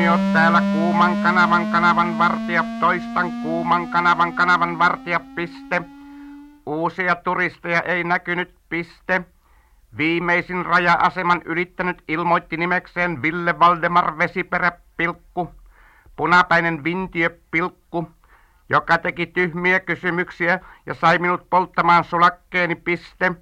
huomio, täällä kuuman kanavan vartija, toistan kuuman kanavan vartija, piste. Uusia turisteja ei näkynyt, piste. Viimeisin raja-aseman ylittänyt ilmoitti nimekseen Ville Valdemar Vesiperä, pilkku. Punapäinen Vintiö, pilkku, joka teki tyhmiä kysymyksiä ja sai minut polttamaan sulakkeeni, piste.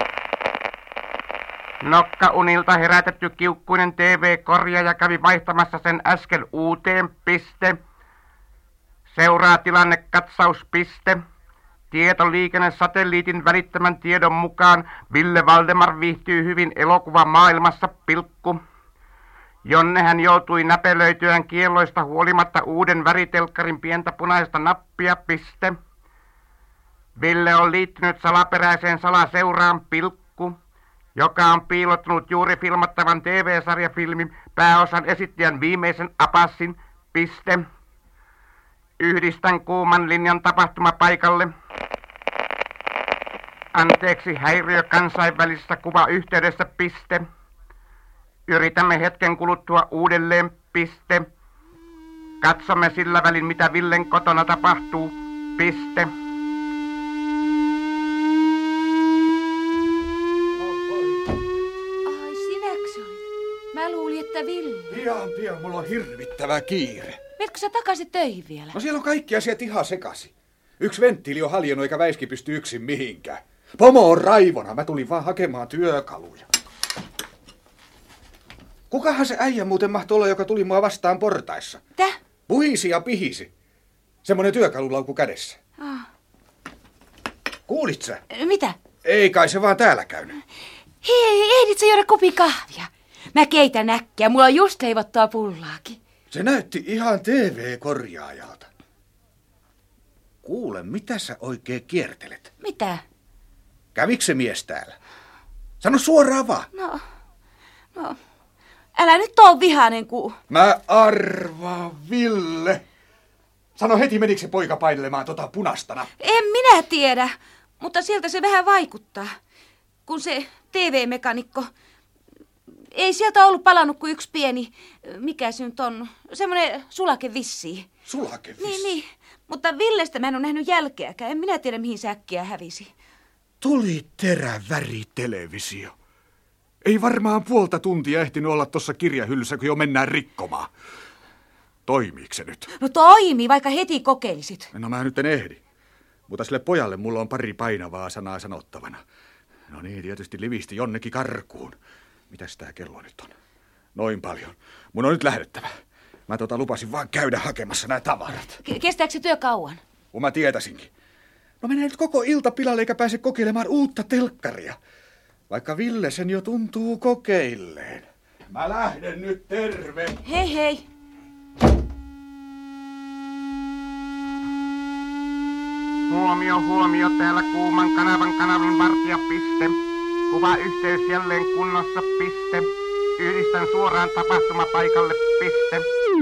Nokkaunilta herätetty kiukkuinen TV-korjaaja kävi vaihtamassa sen äsken uuteen, piste. Seuraa tilannekatsaus, piste. Tietoliikennesatelliitin välittämän tiedon mukaan Ville Valdemar viihtyy hyvin elokuvamaailmassa, pilkku. Jonne hän joutui näpelöityään kielloista huolimatta uuden väritelkkarin pientä punaista nappia, piste. Ville on liittynyt salaperäiseen salaseuraan, pilkku, joka on piilottunut juuri filmattavan TV-sarjafilmin pääosan esittäjän viimeisen apassin, piste. Yhdistän kuuman linjan tapahtumapaikalle. Anteeksi häiriö kansainvälisessä kuvayhteydessä, piste. Yritämme hetken kuluttua uudelleen, piste. Katsomme sillä välin, mitä Villen kotona tapahtuu, piste. Ai, sinäks olit? Mä luulin, että Ville. Pian, mulla on hirvittävä kiire. Menetkö sä takaisin töihin vielä? No siellä on kaikki asiat ihan sekaisin. Yksi venttiili on haljennut eikä väiski pysty yksin mihinkään. Pomo on raivona, mä tulin vaan hakemaan työkaluja. Kukahan se äijä muuten mahtoi olla, joka tuli mua vastaan portaissa? Täh? Puhisi ja pihisi. Semmonen työkalulauku kädessä. Kuulit sä? Mitä? Ei kai se vaan täällä käynyt. Hei, ehdit sä juoda kupin kahvia? Mä keitän äkkiä, mulla on just heivottua pullaakin. Se näytti ihan TV-korjaajalta. Kuule, mitä sä oikein kiertelet? Mitä? Kävikö se mies täällä? Sano suoraan vaan. No, älä nyt oo vihainen, ku... Mä arvaan, Ville. Sano heti, menikö se poika painelemaan tota punaista nappia? En minä tiedä, mutta sieltä se vähän vaikuttaa. Kun se TV-mekanikko... Ei sieltä ollut palannut kuin yksi pieni... Mikä se nyt on? Semmoinen sulake vissiin. Sulake vissiin? Niin. Mutta Villestä mä en ole nähnyt jälkeäkään. En minä tiedä, mihin se äkkiä hävisi. Tuli teräväritelevisio. Ei varmaan puolta tuntia ehtinyt olla tuossa kirjahyllyssä, kun jo mennään rikkomaan. Toimiiko se nyt? No toimi, vaikka heti kokeilisit. No mä nyt en ehdi. Mutta sille pojalle mulla on pari painavaa sanaa sanottavana. No niin, tietysti livisti jonnekin karkuun. Mitäs tää kello nyt on? Noin paljon. Mun on nyt lähdettävä. Mä lupasin vaan käydä hakemassa nämä tavarat. Kestääkö se työ kauan? Kun mä tietäisinkin. No menee nyt koko ilta pilalle eikä pääse kokeilemaan uutta telkkaria. Vaikka Ville sen jo tuntuu kokeilleen. Mä lähden nyt, terve. Hei. Huomio, täällä kuuman kanavan vartija, piste. Kuvayhteys jälleen kunnossa, piste. Yhdistän suoraan tapahtumapaikalle, piste.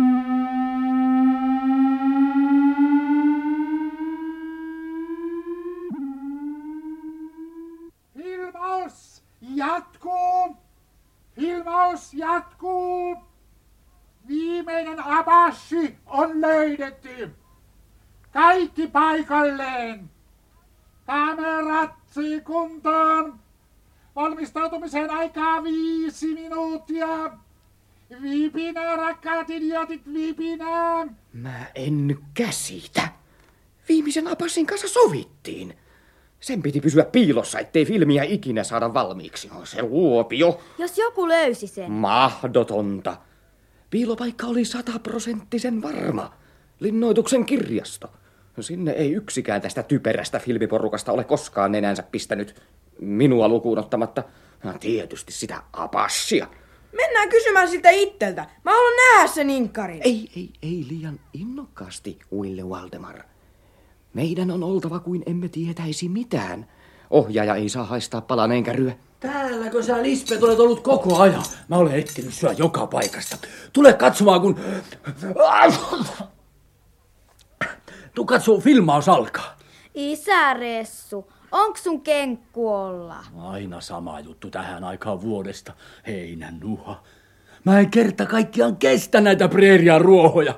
Filmaus jatkuu! Viimeinen apassi on löydetty. Kaikki paikalleen. Kamerat kuntoon. Valmistautumisen aikaa 5 minuuttia. Vipinä, rakkaat idiotit, vipinä. Mä en käsitä. Viimeisen apassin kanssa sovittiin. Sen piti pysyä piilossa, ettei filmiä ikinä saada valmiiksi. No, se luopio. Jos joku löysi sen. Mahdotonta. Piilopaikka oli 100% varma. Linnoituksen kirjasto. Sinne ei yksikään tästä typerästä filmiporukasta ole koskaan nenänsä pistänyt. Minua lukuun ottamatta. Tietysti sitä apassia. Mennään kysymään siltä itseltä. Mä haluan nähdä sen inkkarin. Ei liian innokkaasti, Ville Valdemar. Meidän on oltava kuin emme tietäisi mitään. Ohjaaja ei saa haistaa palaneen käryä. Täälläkö sä, Lisbeth, olet ollut koko ajan? Mä olen etsinyt sua joka paikasta. Tule katsomaan, kun... Tuu katsoo, filmaus alkaa. Isä Ressu, onks sun kenkku olla? Aina sama juttu tähän aikaan vuodesta. Heinän nuha. Mä en kerta kaikkiaan kestä näitä preerian ruohoja.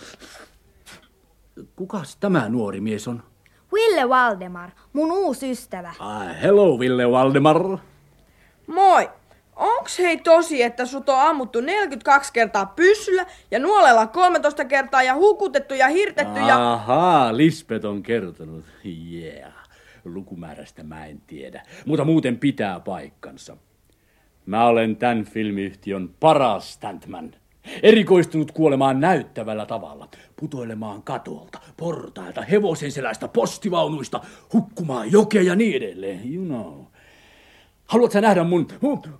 Kukas tämä nuori mies on? Ville Valdemar, mun uusi ystävä. Hello, Ville Valdemar. Moi! Onks hei tosi, että sut on ammuttu 42 kertaa pyssyllä ja nuolella 13 kertaa ja hukutettu ja hirtetty ja... Ahaa, Lisbeth on kertonut. Yeah. Lukumäärästä mä en tiedä, mutta muuten pitää paikkansa. Mä olen tämän filmiyhtiön paras stuntman. Erikoistunut kuolemaan näyttävällä tavalla. Putoilemaan katolta, portailta, hevosen selästä, postivaunuista, hukkumaan jokea ja niin edelleen. You know. Haluatko sä nähdä mun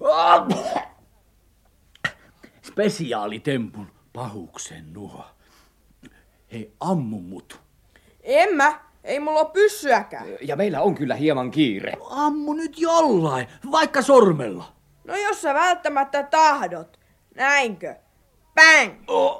spesiaalitempun pahuksen nuo? Hei, ammu mut. En mä. Ei mulla oo pyssyäkään. Ja meillä on kyllä hieman kiire. Ammu nyt jollain, vaikka sormella. No jos sä välttämättä tahdot. Näinkö? Bang!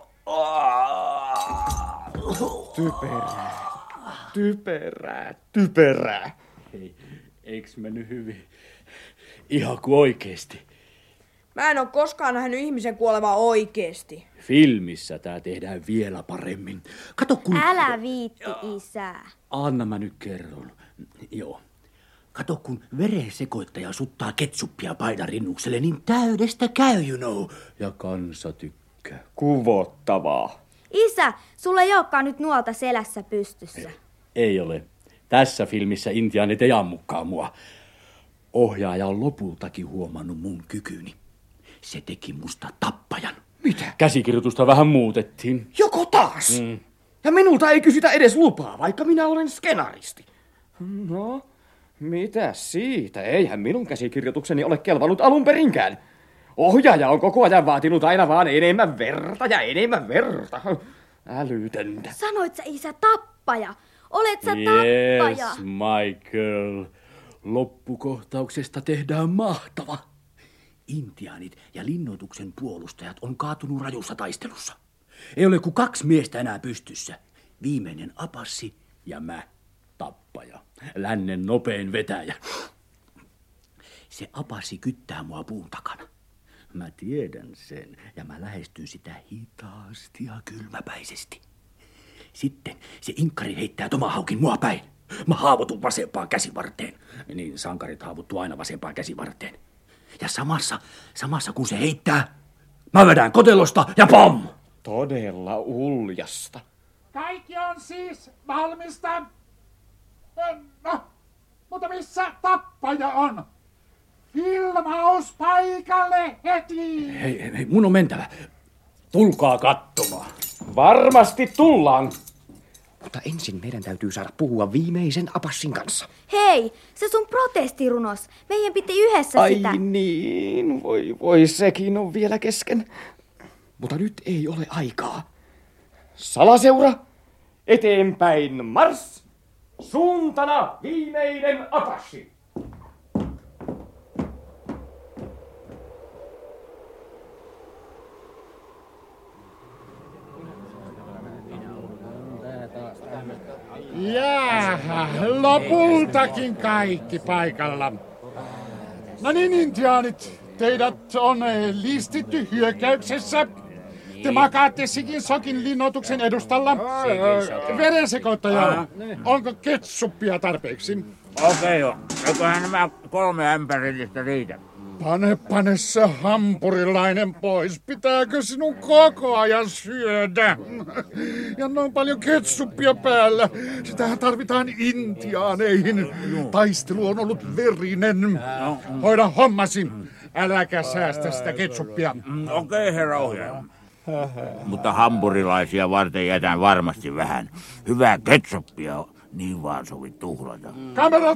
Typerää. Hei, eiks mennyt hyvin? Ihan kuin oikeesti. Mä en oo koskaan nähnyt ihmisen kuolevaa oikeesti. Filmissä tää tehdään vielä paremmin. Kato kun... Älä viitti, isä. Anna mä nyt kerron. Joo. Kato kun verensekoittaja suttaa ketsuppia paidarinnukselle, niin täydestä käy, you know. Ja kansa tykkää. Kuvottavaa. Isä, sulla ei olekaan nyt nuolta selässä pystyssä. Ei ole. Tässä filmissä intiaanit ei ammukaan mua. Ohjaaja on lopultakin huomannut mun kykyni. Se teki musta tappajan. Mitä? Käsikirjoitusta vähän muutettiin. Joko taas? Ja minulta ei kysytä edes lupaa, vaikka minä olen skenaristi. No, mitä siitä? Eihän minun käsikirjoitukseni ole kelvannut alun perinkään. Ohjaaja on koko ajan vaatinut aina vaan enemmän verta ja enemmän verta. Älytöntä. Sanoit sä, isä, tappaja? Olet sä tappaja? Yes, my girl. Loppukohtauksesta tehdään mahtava. Intiaanit ja linnoituksen puolustajat on kaatunut rajussa taistelussa. Ei ole kuin 2 miestä enää pystyssä. Viimeinen apassi ja mä, tappaja. Lännen nopein vetäjä. Se apassi kyttää mua puun takana. Mä tiedän sen ja mä lähestyn sitä hitaasti ja kylmäpäisesti. Sitten se inkkari heittää tomahaukin mua päin. Mä haavoitun vasempaan käsivarteen. Niin sankarit haavoittuu aina vasempaan käsivarteen. Ja samassa kun se heittää, mä vedän kotelosta ja pam! Todella uljasta. Kaikki on siis valmista. No, mutta missä tappaja on? Filmaus paikalle heti! Hei, mun on mentävä. Tulkaa katsomaan. Varmasti tullaan. Mutta ensin meidän täytyy saada puhua viimeisen apassin kanssa. Hei, se sun protestirunos. Meidän piti yhdessä sitä. Ai niin, voi sekin on vielä kesken. Mutta nyt ei ole aikaa. Salaseura, eteenpäin mars. Suuntana viimeinen apassi. Jäähä, lopultakin kaikki paikalla. No niin, intiaanit, teidät on listitty hyökkäyksessä. Te makaatte Sikin Sokin linnoituksen edustalla. Verensekoittaja, onko ketsuppia tarpeeksi? Okei, eiköhän nämä 3 ämpärillistä riitä. Pane se hampurilainen pois. Pitääkö sinun koko ajan syödä? Ja noin paljon ketsuppia päällä. Sitähän tarvitaan intiaaneihin. Taistelu on ollut verinen. Hoida hommasi. Äläkä säästä sitä ketsuppia. Okei, herra ohjaaja. Mutta hampurilaisia varten jätän varmasti vähän. Hyvää ketsuppia niin vaan sovi tuhlata. Kamerat,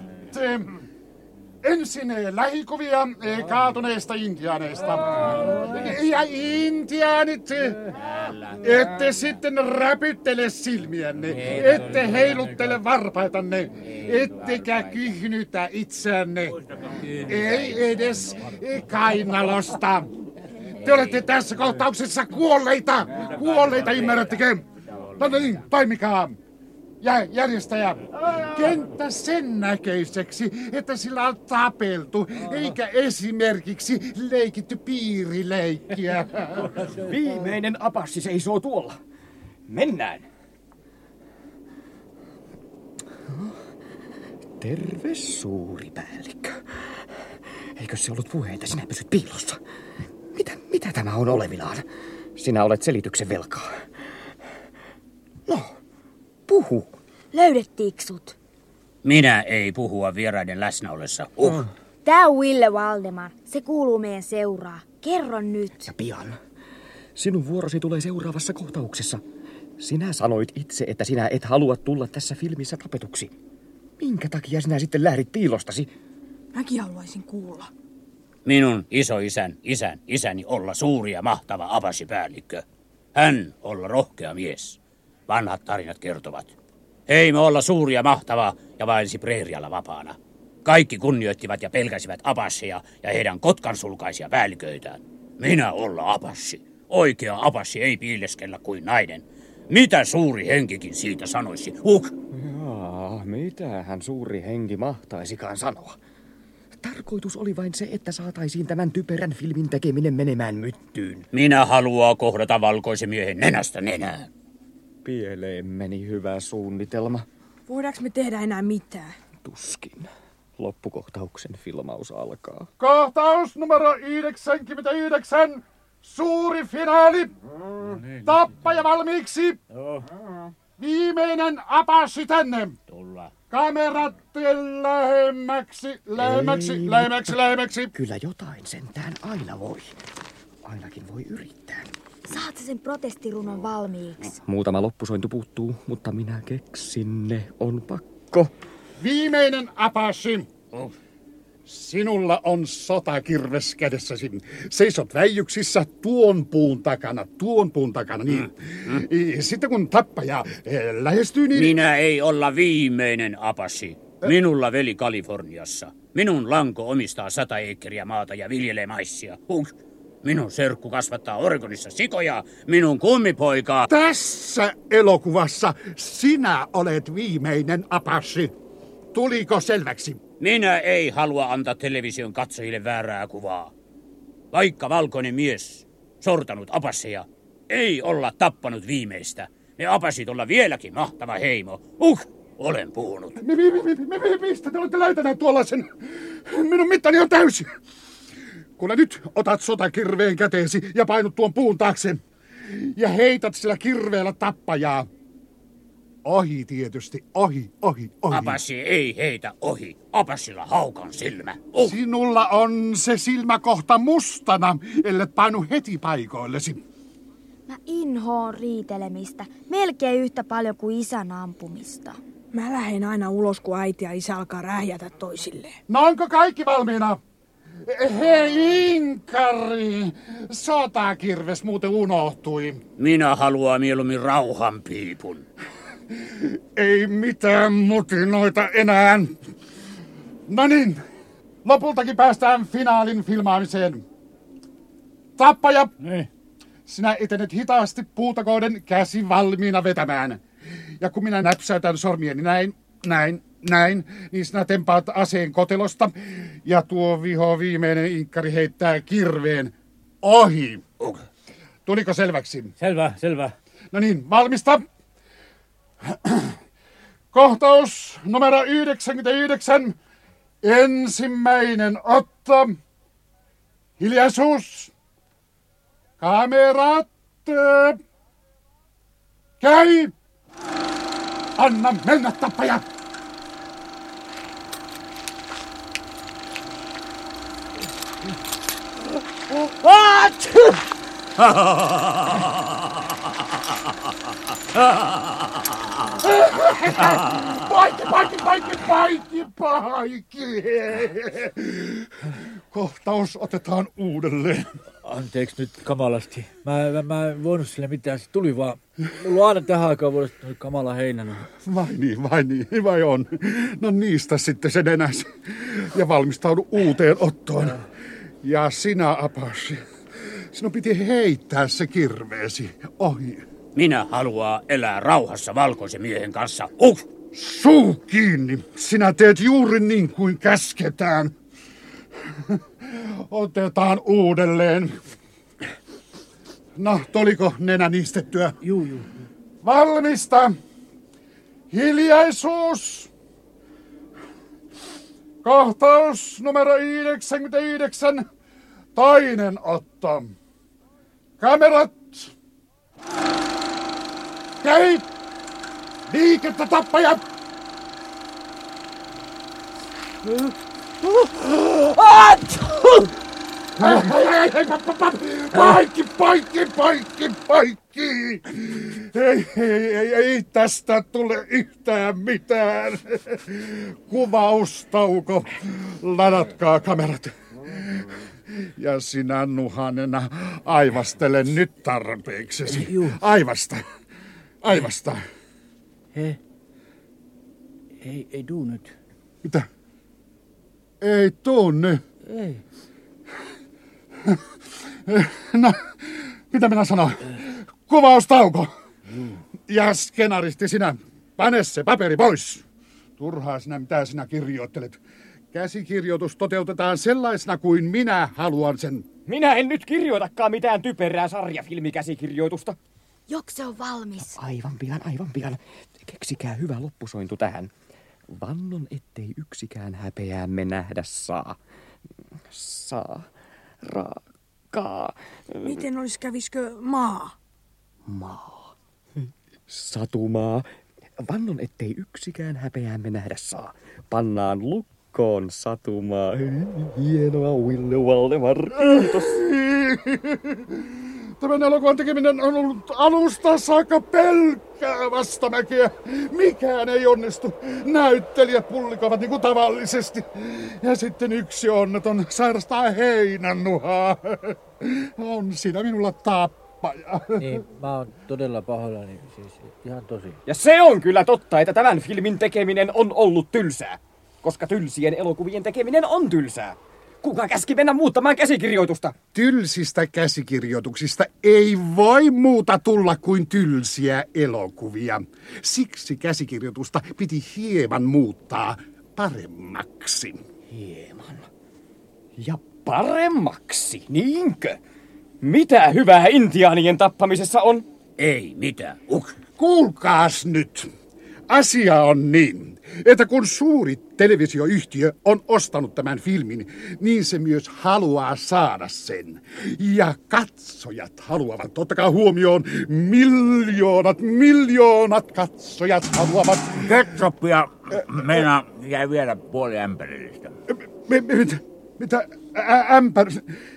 ensin lähikuvia kaatuneista intiaaneista. Ja intiaanit, ette sitten räpyttele silmiänne, ette heiluttele varpaitanne, ettekä kyhnytä itseänne, ei edes kainalosta. Te olette tässä kohtauksessa kuolleita, ymmärrättekö? No niin, toimikaa. järjestäjä, kenttä sen näköiseksi, että sillä on tapeltu, eikä esimerkiksi leikitty piirileikkiä. Viimeinen apassi seisoo tuolla. Mennään. Terve, suuri päällikkö. Eikö se ollut puhe, että sinä pysyt piilossa? Mitä tämä on olevinaan? Sinä olet selityksen velkaa. No, puhu. Löydettiinkö sut? Minä ei puhua vieraiden läsnä ollessa. Tää on Ville Valdemar. Se kuuluu meidän seuraa. Kerro nyt. Ja pian. Sinun vuorosi tulee seuraavassa kohtauksessa. Sinä sanoit itse, että sinä et halua tulla tässä filmissä tapetuksi. Minkä takia sinä sitten lähdit piilostasi? Mäkin haluaisin kuulla. Minun isäni olla suuri ja mahtava apasipäällikkö. Hän olla rohkea mies. Vanhat tarinat kertovat. Heimo olla suuri ja mahtava ja vaelsi preerialla vapaana. Kaikki kunnioittivat ja pelkäsivät apasseja ja heidän kotkansulkaisia päälliköitään. Minä olla apassi. Oikea apassi ei piileskellä kuin nainen. Mitä suuri henkikin siitä sanoisi? Mitähän suuri henki mahtaisikaan sanoa? Tarkoitus oli vain se, että saataisiin tämän typerän filmin tekeminen menemään myttyyn. Minä haluaa kohdata valkoisen miehen nenästä nenään. Pieleen meni hyvä suunnitelma. Voidaanko me tehdä enää mitään? Tuskin. Loppukohtauksen filmaus alkaa. Kohtaus numero 99. Suuri finaali. Tappaja valmiiksi. Viimeinen apassi tänne. Tulla. Kamerat lähemmäksi. Kyllä jotain sentään aina voi. Ainakin voi yrittää. Saat sen protestirunon valmiiksi? Muutama loppusointu puuttuu, mutta minä keksin, ne on pakko. Viimeinen apassi. Sinulla on sotakirves kädessäsi. Seisot väijyksissä tuon puun takana, niin. Sitten kun tappaja lähestyy, niin... Minä ei olla viimeinen apassi. Minulla veli Kaliforniassa. Minun lanko omistaa 100 eekkeriä maata ja viljelee maissia. Minun serkku kasvattaa Oregonissa sikoja. Minun kummipoika... Tässä elokuvassa sinä olet viimeinen apassi. Tuliko selväksi? Minä ei halua antaa television katsojille väärää kuvaa. Vaikka valkoinen mies, sortanut apasseja, ei olla tappanut viimeistä. Ne apasit olla vieläkin mahtava heimo. Olen puhunut. Mistä te olette löytäneet tuollaisen? Minun mittani on täysi. Kuule nyt, otat sotakirveen käteesi ja painut tuon puun taakse. Ja heität sillä kirveellä tappajaa. Ohi tietysti, ohi. Apassi ei heitä ohi. Apassilla haukan silmä. Sinulla on se silmä kohta mustana, ellet painu heti paikoillesi. Mä inhoon riitelemistä. Melkein yhtä paljon kuin isän ampumista. Mä lähden aina ulos, kun äiti ja isä alkaa rähjätä toisilleen. No onko kaikki valmiina? Hei Inkari, sotakirves muuten unohtui. Minä haluan mieluummin rauhanpiipun. Ei mitään mutinoita enää. No niin, lopultakin päästään finaalin filmaamiseen. Tappaja, sinä etenet hitaasti puuta kohden käsi valmiina vetämään. Ja kun minä näpsäytän sormieni näin, niin sinä tempaat aseen kotelosta ja tuo viimeinen Inkari heittää kirveen ohi. Tuliko selväksi? Selvä. No niin, valmista. Kohtaus numero 99. Ensimmäinen otto. Hiljaisuus. Kamerat. Käy. Anna mennä, tappaja. Paikki. Kohtaus otetaan uudelleen. Anteeksi nyt kamalasti. Mä en voinut sille mitään. Se tuli vaan. Mulla on aina tähän aikaan vuodesta kamala heinänä. Vai on. No niistä sitten se nenäsi. Ja valmistaudu uuteen ottoon. Ja sinä, apassi, sinun piti heittää se kirveesi ohi. Minä haluaa elää rauhassa valkoisen miehen kanssa. Suu kiinni. Sinä teet juuri niin kuin käsketään. Otetaan uudelleen. No, tuliko nenä niistettyä? Juu. Valmista. Hiljaisuus. Kohtaus numero 99. Toinen otto. Kamerat. Käy. Liikettä, tappaja. Poikki. Ei tästä tule yhtään mitään. Kuvaustauko. Ladatkaa kamerat. Ja sinä, Nuhanena, aivastele nyt tarpeeksesi. Aivasta. Ei tuu nyt. Mitä? Ei tuu nyt? Ei. No, mitä minä sanon? Kuvaustauko. Ja skenaristi sinä, pane se paperi pois. Turhaa sinä, mitä sinä kirjoittelet. Käsikirjoitus toteutetaan sellaisena kuin minä haluan sen. Minä en nyt kirjoitakaan mitään typerää sarjafilmikäsikirjoitusta. Joks se on valmis? Aivan pian. Keksikää hyvä loppusointu tähän. Vannon, ettei yksikään häpeäämme nähdä saa. Raakaa. Miten käviskö maa? Maa. Satumaa. Vannon, ettei yksikään häpeäämme nähdä saa. Pannaan lukkoon satumaa. Hienoa, Ville Valdemar. Kiitos. Tämän elokuvan tekeminen on ollut alusta saakka pelkkää vastamäkeä. Mikään ei onnistu. Näyttelijät pullikoivat niin kuin tavallisesti. Ja sitten yksi onneton sairastaa heinännuhaa. On siinä minulla tappaja. Niin, mä oon todella pahoillani, siis ihan tosi. Ja se on kyllä totta, että tämän filmin tekeminen on ollut tylsää. Koska tylsien elokuvien tekeminen on tylsää. Kuka käski mennä muuttamaan käsikirjoitusta? Tylsistä käsikirjoituksista ei voi muuta tulla kuin tylsiä elokuvia. Siksi käsikirjoitusta piti hieman muuttaa paremmaksi. Hieman. Ja paremmaksi, niinkö? Mitä hyvää intiaanien tappamisessa on? Ei mitään. Kuulkaas nyt. Asia on niin, että kun suuri televisioyhtiö on ostanut tämän filmin, niin se myös haluaa saada sen. Ja katsojat haluavat, ottakaa huomioon, miljoonat katsojat haluavat. Ketsuppia meina jäi vielä puoli ämpärillistä. Mitä? Ämpär?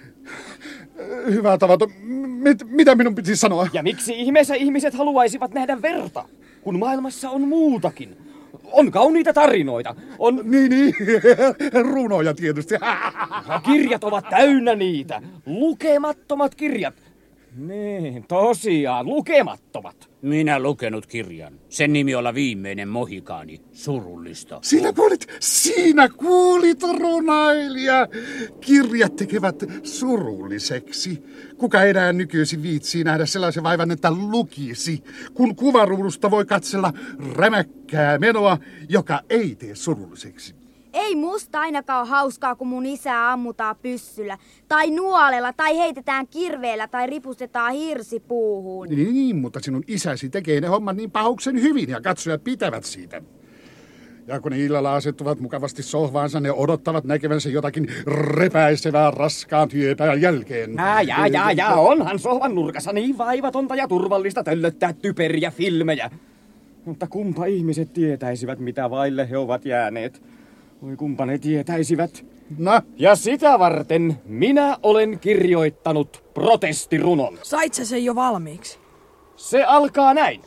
Hyvä tavaton. Mitä minun piti sanoa? Ja miksi ihmeessä ihmiset haluaisivat nähdä verta, kun maailmassa on muutakin? On kauniita tarinoita, on... Niin, runoja tietysti. Kirjat ovat täynnä niitä. Lukemattomat kirjat. Niin, tosiaan, lukemattomat. Minä lukenut kirjan. Sen nimi olla Viimeinen mohikaani. Surullista. Siinä kuulit, runailija. Kirjat tekevät surulliseksi. Kuka enää nykyisin viitsii nähdä sellaisen vaivan, että lukisi, kun kuvaruudusta voi katsella rämäkkää menoa, joka ei tee surulliseksi. Ei musta ainakaan ole hauskaa, kun mun isää ammutaan pyssyllä, tai nuolella, tai heitetään kirveellä, tai ripustetaan hirsipuuhun. Niin, mutta sinun isäsi tekee ne hommat niin pahuksen hyvin, ja katsojat pitävät siitä. Ja kun ne illalla asettuvat mukavasti sohvaansa, ne odottavat näkevänsä jotakin repäisevää raskaan työpäivän jälkeen. Onhan sohvan nurkassa niin vaivatonta ja turvallista töllöttää typeriä filmejä. Mutta kumpa ihmiset tietäisivät, mitä vaille he ovat jääneet. Oi kumpa ne tietäisivät. No? Ja sitä varten minä olen kirjoittanut protestirunon. Sait sä sen jo valmiiksi? Se alkaa näin.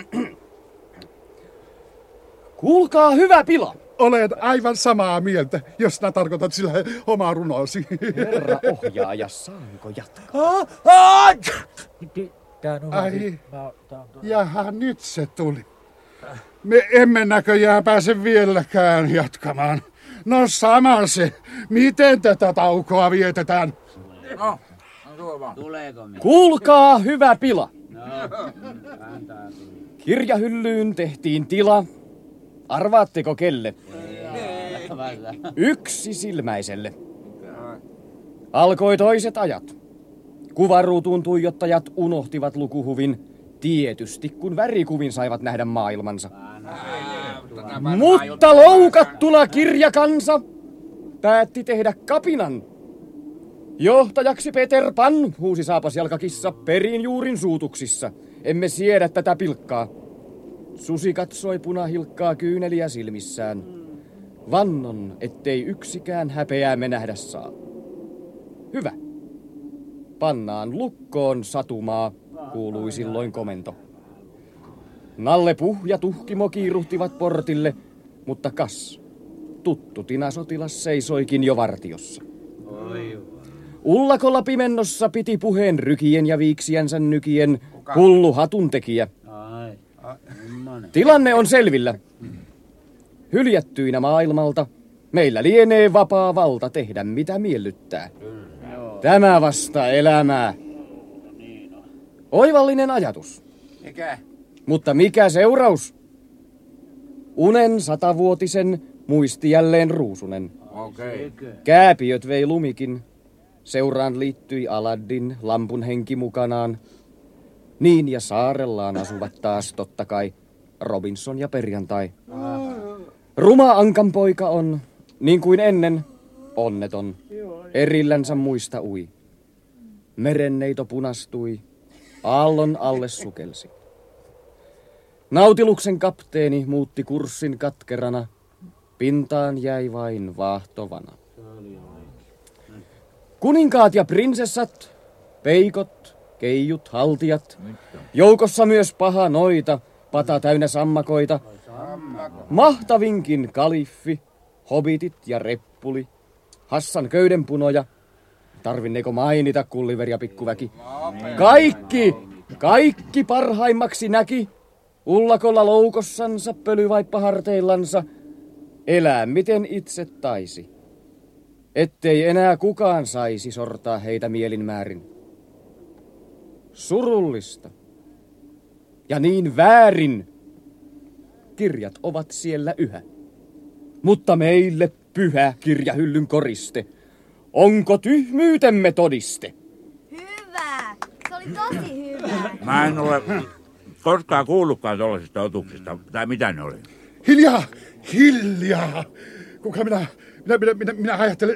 Kuulkaa hyvä pila. Olen aivan samaa mieltä, jos sinä tarkoitat sillä omaa runoasi. Herra ohjaaja, saanko jatkaa? Ai, jaha, nyt se tuli. Me emme näköjään pääse vieläkään jatkamaan. No sama se. Miten tätä taukoa vietetään? Tuleeko minä? Kuulkaa hyvä pila. No. Kirjahyllyyn tehtiin tila. Arvaatteko kelle? Yksisilmäiselle. Alkoi toiset ajat. Kuvaruutuun tuijottajat unohtivat lukuhuvin, tietysti kun värikuvin saivat nähdä maailmansa. Mutta loukattuna kirjakansa päätti tehdä kapinan. Johtajaksi Peter Pan, huusi saapasjalkakissa perin juurin suutuksissa. Emme siedä tätä pilkkaa. Susi katsoi punahilkkaa kyyneliä silmissään. Vannon, ettei yksikään häpeäämme nähdä saa. Hyvä. Pannaan lukkoon satumaa, kuului silloin komento. Nalle Puh ja Tuhkimo kiiruhtivat portille, mutta kas, tuttu Tina-sotilas seisoikin jo vartiossa. Ullakolla pimennossa piti puheen rykien ja viiksiänsä nykien hullu hatuntekijä. Tilanne on selvillä. Hyljättyinä maailmalta meillä lienee vapaa valta tehdä mitä miellyttää. Tämä vasta elämää. Oivallinen ajatus. Mutta mikä seuraus? Unen 100-vuotisen muisti jälleen Ruusunen. Kääpiöt vei Lumikin. Seuraan liittyi Aladdin, lampun henki mukanaan. Niin ja saarellaan asuvat taas totta kai Robinson ja Perjantai. Ruma Ankan poika on, niin kuin ennen, onneton. Erillänsä muista ui. Merenneito punastui, aallon alle sukelsi. Nautiluksen kapteeni muutti kurssin katkerana. Pintaan jäi vain vaahtovana. Kuninkaat ja prinsessat, peikot, keijut, haltijat. Joukossa myös paha noita, pata täynnä sammakoita. Mahtavinkin kaliffi, hobitit ja reppuli. Hassan köydenpunoja. Tarvinneeko mainita Gulliver ja pikkuväki? Kaikki parhaimmaksi näki. Ullakolla loukossansa, pölyvaippaharteillansa. Elää miten itse taisi. Ettei enää kukaan saisi sortaa heitä mielinmäärin. Surullista. Ja niin väärin. Kirjat ovat siellä yhä. Mutta meille pyhä kirjahyllyn koriste. Onko tyhmyytemme todiste? Hyvä! Se oli tosi hyvä. Mä en ole koskaan kuullutkaan tuollaisista otuksista. Tai mitä ne oli? Hiljaa! Kuka minä ajattelen...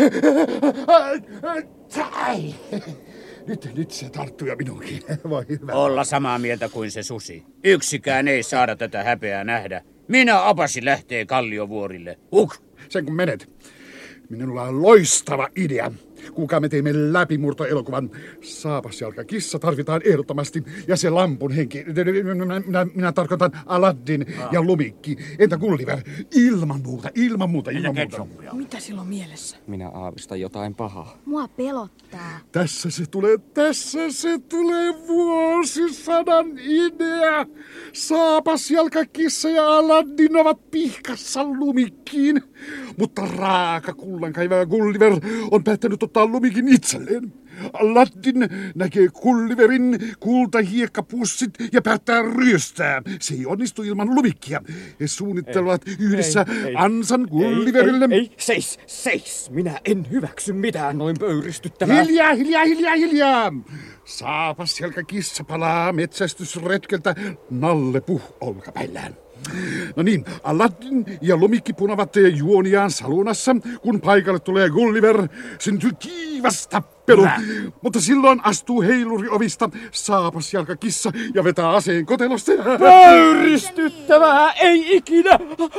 Nyt se tarttuu ja minunkin. Voi hyvä. Olla samaa mieltä kuin se susi. Yksikään ei saada tätä häpeää nähdä. Minä Abasi lähtee Kalliovuorille. Sen kun menet. Minulla on loistava idea. Kuka me teimme läpimurtoelokuvan Saapasjalkakissa tarvitaan ehdottomasti. Ja se lampun henki. Minä tarkoitan Aladdin ja Lumikki. Entä Gulliver? Ilman muuta. Mitä sillä on mielessä? Minä aavistan jotain pahaa. Mua pelottaa. Tässä se tulee vuosisadan idea. Saapasjalkakissa ja Aladdin ovat pihkassa Lumikkiin. Mutta raaka kullankaivaja Gulliver on päättänyt ottaa Lumikin itselleen. Aladdin näkee Gulliverin kultahiekkapussit ja päättää ryöstää. Se ei onnistu ilman Lumikkia. He suunnittelevat yhdessä ansan Gulliverille. Seis! Minä en hyväksy mitään noin pöyristyttävää. Hiljaa! Saapasjalkakissa palaa metsästysretkeltä Nalle Puh olkapäillään. No niin, Aladdin ja Lumikki punavat juoniaan salunassa, kun paikalle tulee Gulliver. Syntyy kiivas tappelu. Mutta silloin astuu heiluri ovista Saapasjalkakissa ja vetää aseen kotelosta. Pöyristyttävää, ei ikinä!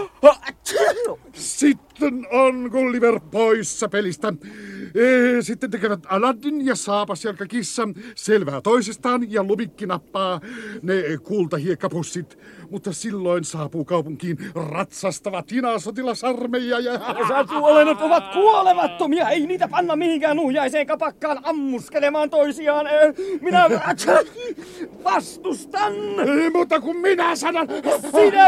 Sitten on Gulliver poissa pelistä. Sitten tekevät Aladdin ja Saapasjalkakissa selvää toisestaan ja Lumikki nappaa ne kultahiekkapussit. Mutta silloin saapuu kaupunkiin ratsastava Tina-sotilasarmeija ja... Osapuolenot ovat kuolemattomia, ei niitä panna mihinkään nuhjaiseen kapakkaan ammuskelemaan toisiaan. Minä vastustan! Mutta kun minä sanon... Sinä!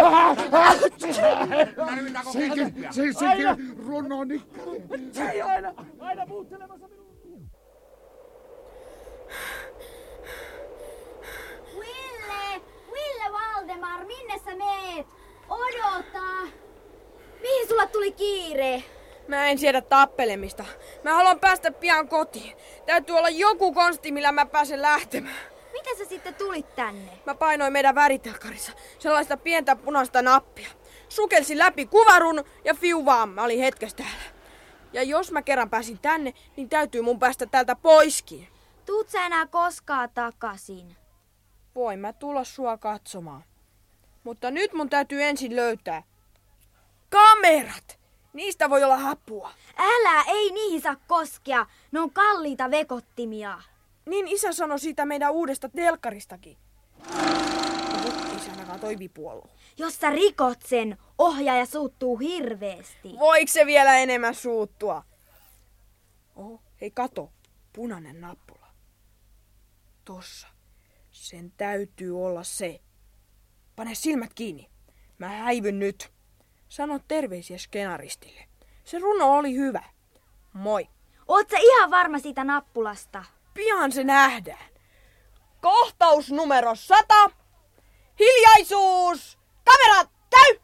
Sekin runoni. Se ei aina muuttelemassa minun. Ville Valdemar, minne sä meet? Odota! Mihin sulla tuli kiire? Mä en siedä tappelemista. Mä haluan päästä pian kotiin. Täytyy olla joku konsti, millä mä pääsen lähtemään. Miten sä sitten tulit tänne? Mä painoin meidän väritelkkarissa sellaista pientä punaista nappia. Sukelsin läpi kuvarun ja fiu vaan, mä olin hetkessä täällä. Ja jos mä kerran pääsin tänne, niin täytyy mun päästä täältä poiskin. Tuut sä enää koskaan takaisin? Voin mä tulla sua katsomaan. Mutta nyt mun täytyy ensin löytää kamerat. Niistä voi olla apua. Älä, ei niihin saa koskea. Ne on kalliita vekottimia. Niin isä sanoi siitä meidän uudesta telkkaristakin. Isä ainakaan toi vipuollu. Jos sä rikot sen, ohjaaja suuttuu hirveesti. Voiko se vielä enemmän suuttua? Oho, hei kato. Punainen nappula. Tossa. Sen täytyy olla se. Pane silmät kiinni. Mä häivyn nyt. Sano terveisiä skenaristille. Se runo oli hyvä. Moi. Oot sä ihan varma siitä nappulasta? Pian se nähdään. Kohtaus numero 100. Hiljaisuus! Kamerat, käy!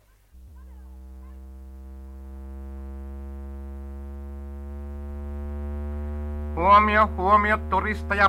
Huomio, huomio, turistaja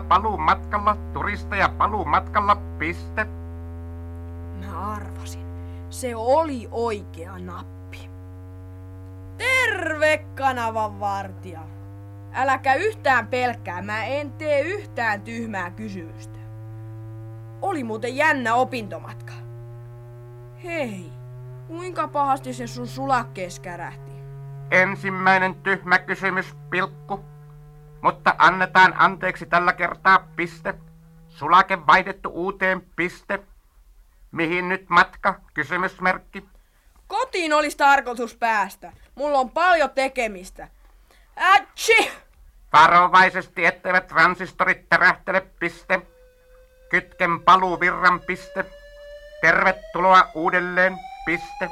paluu matkalla, piste. Mä arvasin. Se oli oikea nappi. Terve, kanavan vartija. Äläkä yhtään pelkää, mä en tee yhtään tyhmää kysymystä. Oli muuten jännä opintomatka. Hei, kuinka pahasti se sun sulakkees kärähti? Ensimmäinen tyhmä kysymys, pilkku. Mutta annetaan anteeksi tällä kertaa, piste. Sulake vaihdettu uuteen, piste. Mihin nyt matka, kysymysmerkki. Kotiin olisi tarkoitus päästä. Mulla on paljon tekemistä. Ätsi! Varovaisesti, etteivät transistorit tärähtele, piste. Kytken paluuvirran, piste. Tervetuloa uudelleen, piste.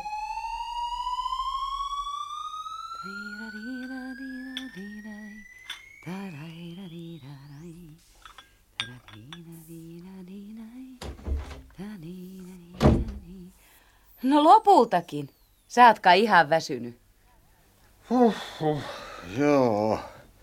No lopultakin. Sä oot kai ihan väsynyt. Joo.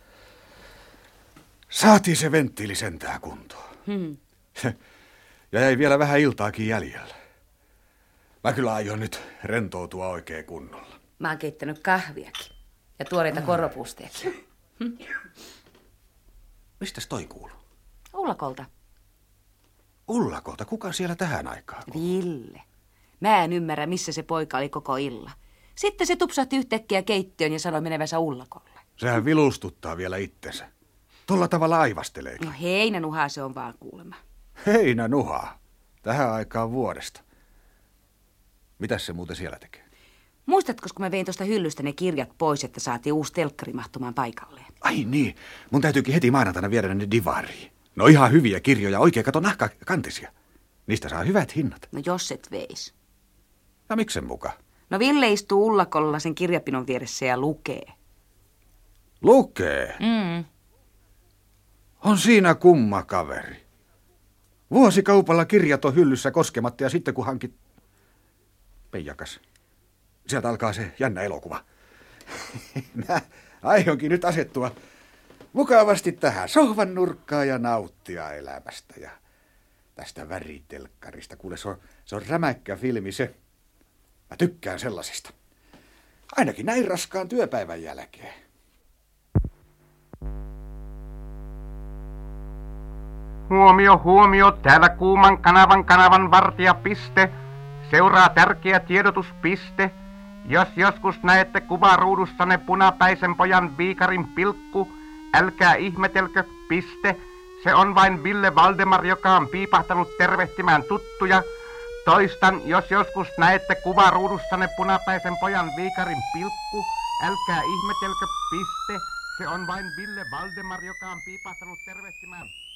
Saatiin se venttiili sentään kuntoon. Ja jäi vielä vähän iltaakin jäljellä. Mä kyllä aion nyt rentoutua oikein kunnolla. Mä oon keittänyt kahviakin. Ja tuoreita korvapusteekin. Mistäs toi kuuluu? Ullakolta. Ullakolta? Kuka siellä tähän aikaan? Ville. Mä en ymmärrä, missä se poika oli koko illa. Sitten se tupsahti yhtäkkiä keittiön ja sanoi menevänsä Ullakolle. Sehän vilustuttaa vielä itsensä. Tolla tavalla aivasteleekin. No heinänuhaa se on vaan kuulemma. Heinänuhaa? Tähän aikaan vuodesta. Mitäs se muuten siellä tekee? Muistatko, kun mä vein tuosta hyllystä ne kirjat pois, että saatiin uusi telkkari mahtumaan paikalleen? Ai niin, mun täytyykin heti maanantaina viedä ne divariin. No ihan hyviä kirjoja, oikein kato nahkakantisia. Niistä saa hyvät hinnat. No jos et veis. No miksen muka? No Ville istuu Ullakolla sen kirjapinon vieressä ja lukee. Lukee? On siinä kumma kaveri. Vuosikaupalla kirjat on hyllyssä koskematta ja sitten kun hankit... Peijakas. Sieltä alkaa se jännä elokuva. Mä aionkin nyt asettua mukavasti tähän sohvan nurkkaan ja nauttia elämästä ja tästä väritelkkarista. Kuule, se on rämäkkä filmi se. Mä tykkään sellaisista. Ainakin näin raskaan työpäivän jälkeen. Huomio, täällä kuuman kanavan vartija, piste. Seuraa tärkeä tiedotuspiste. Jos joskus näette kuvaruudussanne punapäisen pojan viikarin pilkku, älkää ihmetelkö, piste. Se on vain Ville Valdemar, joka on piipahtanut tervehtimään tuttuja. Toistan, jos joskus näette kuvaruudussanne punapäisen pojan viikarin pilkku, älkää ihmetelkö, piste. Se on vain Ville Valdemar, joka on piipahtanut tervehtimään